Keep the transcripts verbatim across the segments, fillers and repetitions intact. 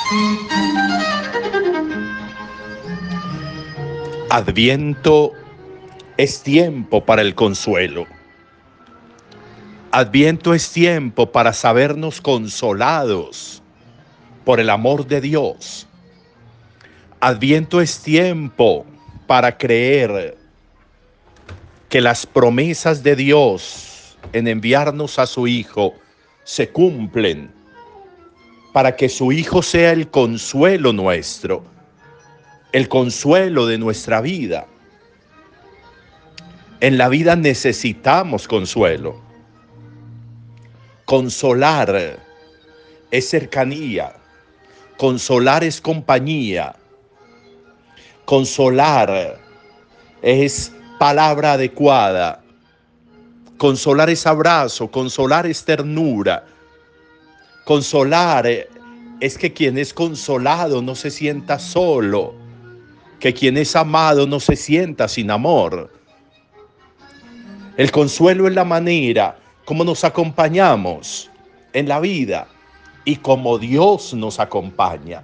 Adviento es tiempo para el consuelo. Adviento es tiempo para sabernos consolados por el amor de Dios. Adviento es tiempo para creer que las promesas de Dios en enviarnos a su Hijo se cumplen, para que su Hijo sea el consuelo nuestro, el consuelo de nuestra vida. En la vida necesitamos consuelo. Consolar es cercanía, consolar es compañía, consolar es palabra adecuada, consolar es abrazo, consolar es ternura, consolar es que quien es consolado no se sienta solo, que quien es amado no se sienta sin amor. El consuelo es la manera como nos acompañamos en la vida y como Dios nos acompaña.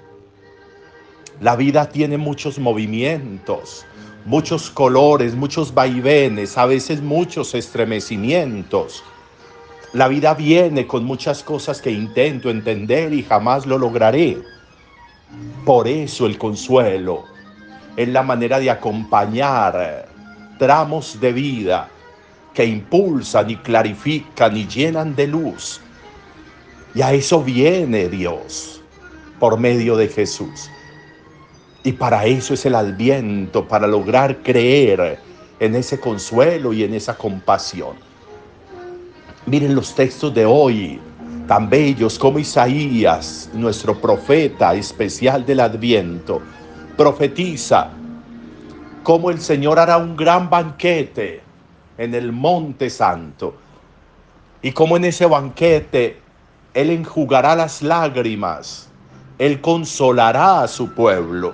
La vida tiene muchos movimientos, muchos colores, muchos vaivenes, a veces muchos estremecimientos. La vida viene con muchas cosas que intento entender y jamás lo lograré. Por eso el consuelo es la manera de acompañar tramos de vida que impulsan y clarifican y llenan de luz. Y a eso viene Dios por medio de Jesús. Y para eso es el Adviento, para lograr creer en ese consuelo y en esa compasión. Miren los textos de hoy, tan bellos como Isaías, nuestro profeta especial del Adviento, profetiza cómo el Señor hará un gran banquete en el Monte Santo, y cómo en ese banquete Él enjugará las lágrimas, Él consolará a su pueblo.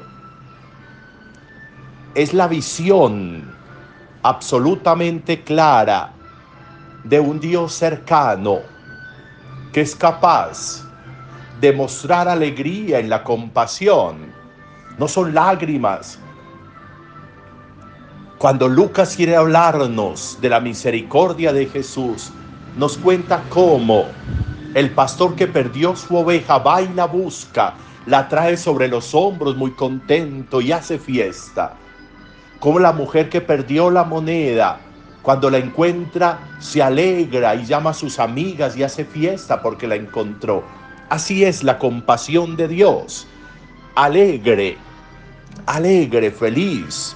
Es la visión absolutamente clara de un Dios cercano que es capaz de mostrar alegría en la compasión. No son lágrimas. Cuando Lucas quiere hablarnos de la misericordia de Jesús, nos cuenta cómo el pastor que perdió su oveja va y la busca, la trae sobre los hombros muy contento y hace fiesta. Como la mujer que perdió la moneda, cuando la encuentra, se alegra y llama a sus amigas y hace fiesta porque la encontró. Así es la compasión de Dios. Alegre, alegre, feliz.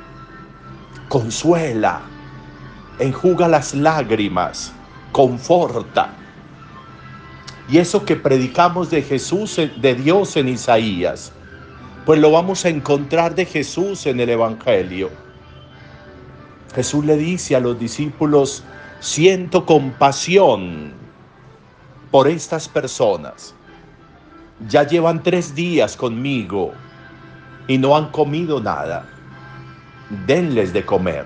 Consuela, enjuga las lágrimas, conforta. Y eso que predicamos de Jesús, de Dios en Isaías, pues lo vamos a encontrar de Jesús en el Evangelio. Jesús le dice a los discípulos: siento compasión por estas personas. Ya llevan tres días conmigo y no han comido nada. Denles de comer.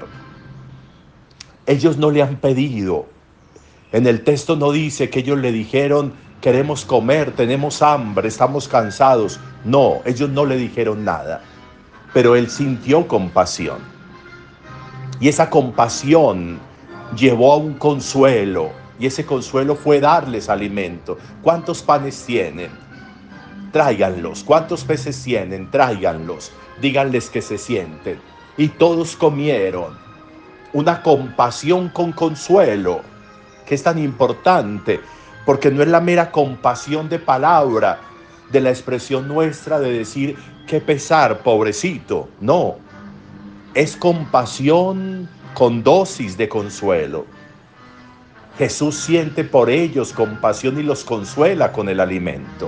Ellos no le han pedido. En el texto no dice que ellos le dijeron: queremos comer, tenemos hambre, estamos cansados. No, ellos no le dijeron nada. Pero Él sintió compasión. Y esa compasión llevó a un consuelo. Y ese consuelo fue darles alimento. ¿Cuántos panes tienen? Tráiganlos. ¿Cuántos peces tienen? Tráiganlos. Díganles que se sienten. Y todos comieron. Una compasión con consuelo, que es tan importante, porque no es la mera compasión de palabra, de la expresión nuestra de decir qué pesar, pobrecito. No, es compasión con dosis de consuelo. Jesús siente por ellos compasión y los consuela con el alimento.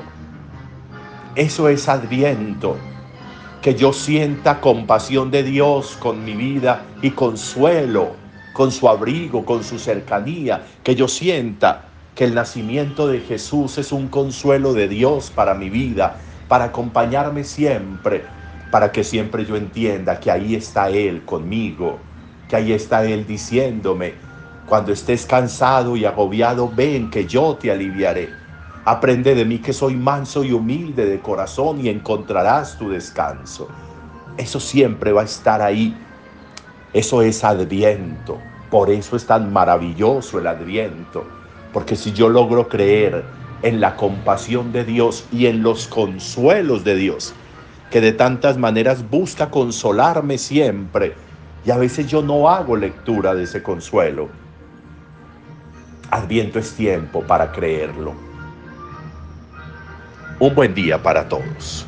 Eso es Adviento. Que yo sienta compasión de Dios con mi vida y consuelo con su abrigo, con su cercanía. Que yo sienta que el nacimiento de Jesús es un consuelo de Dios para mi vida, para acompañarme siempre, para que siempre yo entienda que ahí está Él conmigo, que ahí está Él diciéndome: cuando estés cansado y agobiado, ven que yo te aliviaré. Aprende de mí que soy manso y humilde de corazón y encontrarás tu descanso. Eso siempre va a estar ahí. Eso es Adviento. Por eso es tan maravilloso el Adviento. Porque si yo logro creer en la compasión de Dios y en los consuelos de Dios, que de tantas maneras busca consolarme siempre, y a veces yo no hago lectura de ese consuelo, Adviento es tiempo para creerlo. Un buen día para todos.